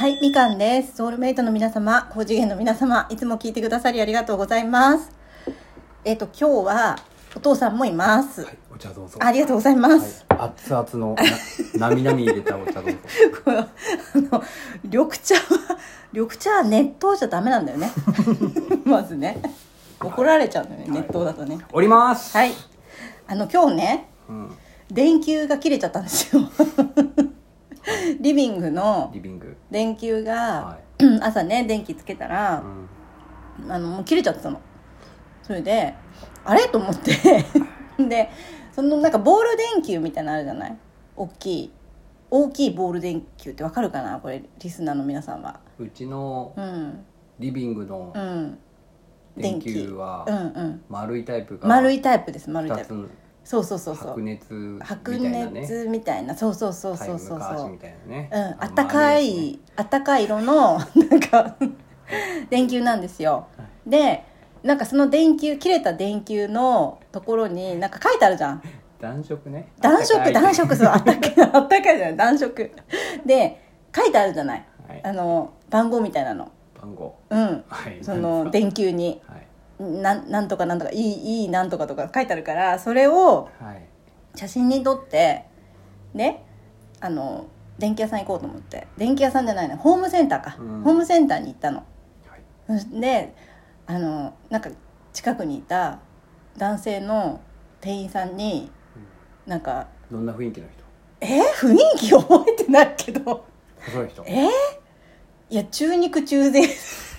はい、みかんです。ソウルメイトの皆様、高次元の皆様、いつも聞いてくださりありがとうございます。今日はお父さんもいます。 はい、お茶どうぞ。 ありがとうございます。 はい、熱々のなみなみ入れたお茶どうぞ。 この緑茶は熱湯じゃダメなんだよね。まずね、怒られちゃうのよね、熱湯だとね。 おります。 はい。今日ね、電球が切れちゃったんですよ。リビングの電球が、朝ね電気つけたら、もう切れちゃってたの。それであれと思ってでそのなんかボール電球みたいなのあるじゃない、大きいボール電球ってわかるかな、これリスナーの皆さんは。 うちのリビングの電球は丸いタイプが、 丸いタイプです。丸いタイプ、そう白熱みたいな、そうタイムカーシみたいなね、 あったかい色のなんか電球なんですよ。でなんかその切れた電球のところになんか書いてあるじゃん。 暖色ね、 暖色そう、あったかいじゃない、暖色で書いてあるじゃない、番号みたいなの、その電球に、なんとかなんとかいいなんとかとか書いてあるから、それを写真に撮ってね、電気屋さん行こうと思って、電気屋さんじゃないの、ホームセンターか、ホームセンターに行ったの。でなんか近くにいた男性の店員さんに、なんかどんな雰囲気の人、雰囲気覚えてないけど、 細い人、 いや中肉中背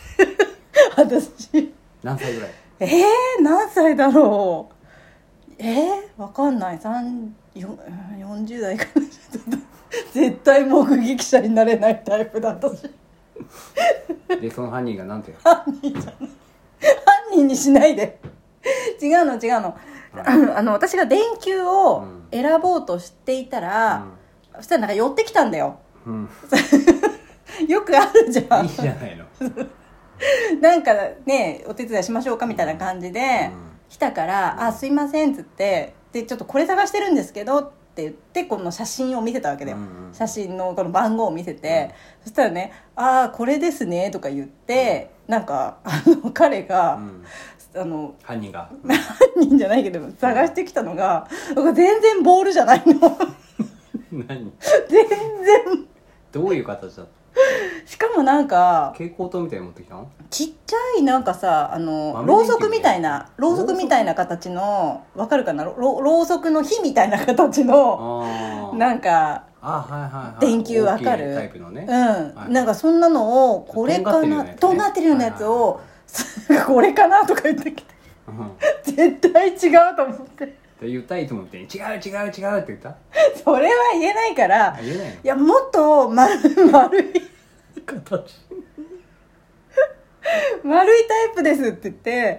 私何歳ぐらい？ 何歳だろう、わかんない、40代かな。絶対目撃者になれないタイプだ私。 でその犯人がなんて犯人じゃない、犯人にしないで。違うの、私が電球を選ぼうとしていたら、そしたらなんか寄ってきたんだよ、よくあるじゃん。 いいじゃないの。 なんかね、お手伝いしましょうかみたいな感じで来たから、あ、すいませんっつって、でちょっとこれ探してるんですけどって言って、この写真を見せたわけだよ、写真のこの番号を見せて、そしたらね、あ、これですねとか言って、なんか彼が、 犯人が、 犯人じゃないけど探してきたのが、全然ボールじゃないの。 何？ 全然どういう形だった？ しかもなんか蛍光灯みたいに持ってきたの？ ちっちゃいなんかさ、ろうそくみたいな形の、わかるかな、ろうそくの火みたいな形のなんか電球、わかる？ タイプのね、 なんかそんなのを、これかな、とんがってるようなやつをこれかなとか言ってきて、絶対違うと思って言った、いつもみたいに違うって言った。 それは言えないから、 言えないの？ いや、もっと丸い形丸いタイプですって言って、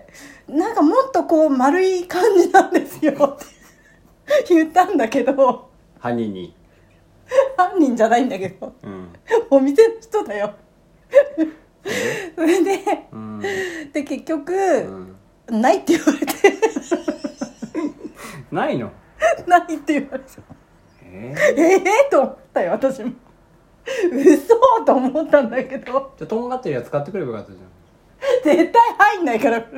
なんかもっとこう丸い感じなんですよって言ったんだけど、 犯人じゃないんだけど、お店の人だよ。それで、で結局、ないって言われてないの？ ないって言われた。と思ったよ私も。嘘と思ったんだけど。 じゃあとんがってるやつ買ってくればよかったじゃん。 絶対入んないからこれ。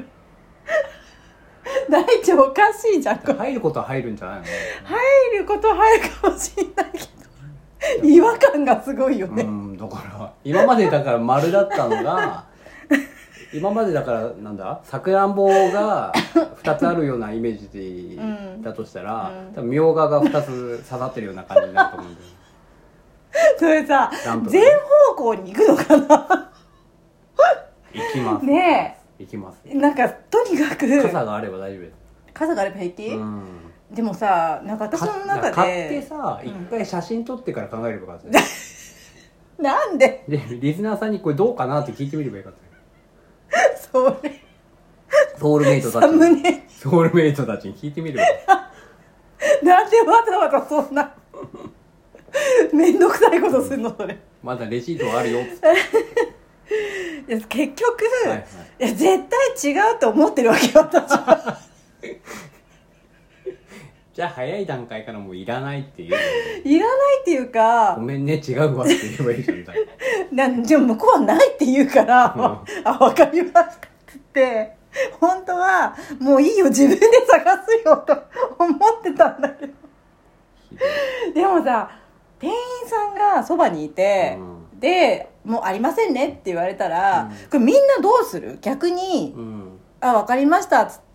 大地おかしいじゃん。 入ることは入るんじゃないの？ 入ることは入るかもしれないけど、違和感がすごいよね。 だから今までだから丸だったのが今までだからなんだ、さくらんぼが2つあるようなイメージだとしたら、多分みょうがが2つ刺さってるような感じになると思うんだよ。 それさ、全方向に行くのかな？ 行きますねえ、 行きます。 なんかとにかく傘があれば大丈夫です。 傘があれば平気？でもさ、なんか私の中で買ってさ、一回写真撮ってから考えればよかったよ。 なんで？ リスナーさんにこれどうかなって聞いてみればよかったよ。 それソウルメイトたちに聞いてみれば。 なんでわざわざそんなめんどくさいことするのそれ。 まだレシートあるよっつって。 いや結局、いや絶対違うと思ってるわけよ私は。 じゃあ早い段階からもういらないっていう。 いらないっていうか、 ごめんね違うわって言えばいいじゃん。 でも向こうはないって言うから、あ、わかりましたって言って、本当はもういいよ自分で探すよと思ってたんだけどでもさ、店員さんがそばにいて、でもうありませんねって言われたら、これみんなどうする？逆に、あ、わかりましたっつって、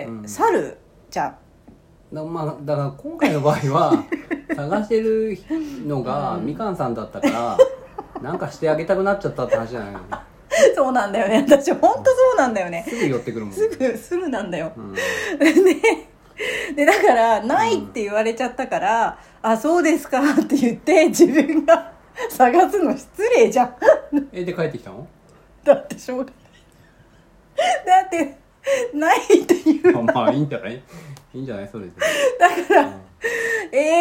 去るじゃん。 だから今回の場合は探してるのがみかんさんだったからなんかしてあげたくなっちゃったって話じゃないの。 そうなんだよね、私本当そうなんだよね。 すぐ寄ってくるもん。 すぐなんだよ、でだからないって言われちゃったから、あ、そうですかって言って自分が探すの失礼じゃん。 で帰ってきたの？ だってしょうがないだってないって言う。 まあいいんじゃない？いいんじゃないそれで。 だから、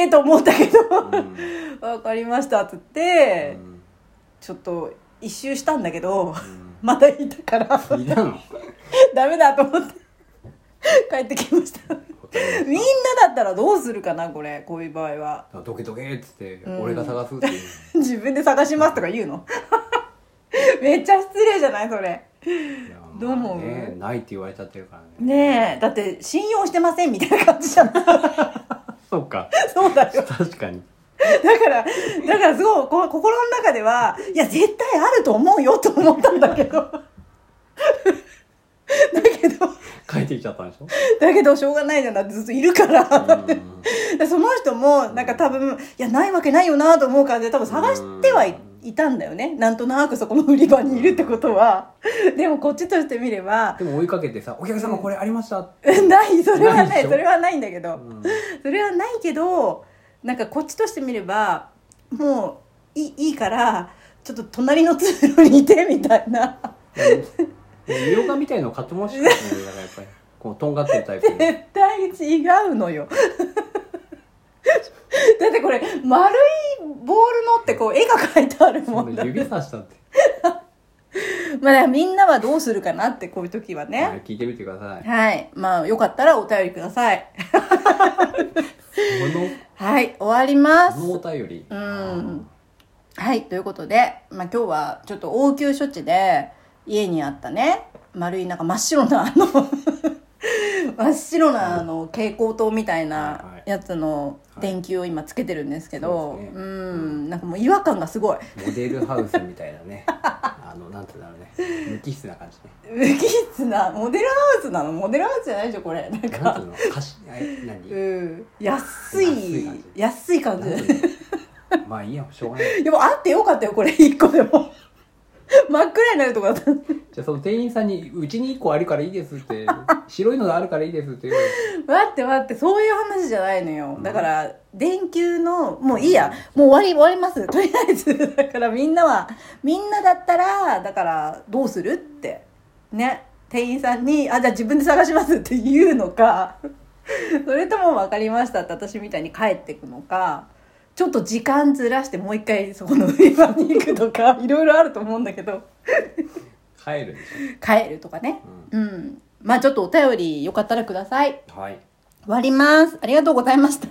と思ったけど、わかりましたっつって、ちょっと一周したんだけど、まだいたからいたのダメだと思って帰ってきました。みんなだったらどうするかな、こういう場合は。 どけどけっつって、俺が探すっていう自分で探しますとか言うのめっちゃ失礼じゃないそれ。どう思う？ ないって言われちゃってるからね。ねえ、だって信用してませんみたいな感じじゃんそうか。 そうだよ。 確かに。 だからすごい心の中では、いや絶対あると思うよと思ったんだけどだけど帰ってきちゃったんでしょ。 だけどしょうがないじゃん、だってずっといるからその人もなんか多分、いやないわけないよなと思う感じで多分探してはいたんだよね、なんとなくそこの売り場にいるってことはでもこっちとしてみれば、 でも追いかけてさ、お客様これありましたないそれはないそれはないんだけど、それはないけど、なんかこっちとしてみればもういいからちょっと隣の通路にいてみたいなみょうがみたいの買ってもらしかったんだよ。だからやっぱりこうとんがってるタイプ絶対違うのよだってこれ丸いボールのってこう絵が描いてあるもんだって。 指さしたってまあだからみんなはどうするかなって、こういう時はね、 はい、聞いてみてください。 はい、まあよかったらお便りくださいはい、終わります。 このお便り、 はい、ということで、まあ、今日はちょっと応急処置で家にあったね、丸いなんか真っ白な真っ白な蛍光灯みたいなやつの電球を今つけてるんですけど、なんかもう違和感がすごい。 モデルハウスみたいなねなんていうんだろうね、無機質な感じね。無機質なモデルハウスなの？モデルハウスじゃないでしょこれ。なんかなんていうの、何？ 安い感じで。 まあいいや、しょうがない。 でもあってよかったよこれ1個でも。真っ暗になるとこだった。 じゃあその店員さんにうちに1個あるからいいですって白いのがあるからいいですって言う。 待ってそういう話じゃないのよ。だから電球のもういいや、もう終わりますとりあえず。だからみんなだったらだからどうするってね、店員さんにじゃあ自分で探しますって言うのかそれとも分かりましたって私みたいに帰ってくのか、ちょっと時間ずらしてもう一回そこの売り場に行くとかいろいろあると思うんだけど帰るでしょ。 帰るとかね、まあちょっとお便りよかったらください。 はい、 終わります。ありがとうございました。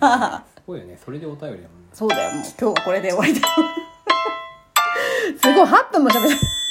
すごいよね、それでお便りだもんね。 そうだよ、もう今日はこれで終わりだすごい8分も喋る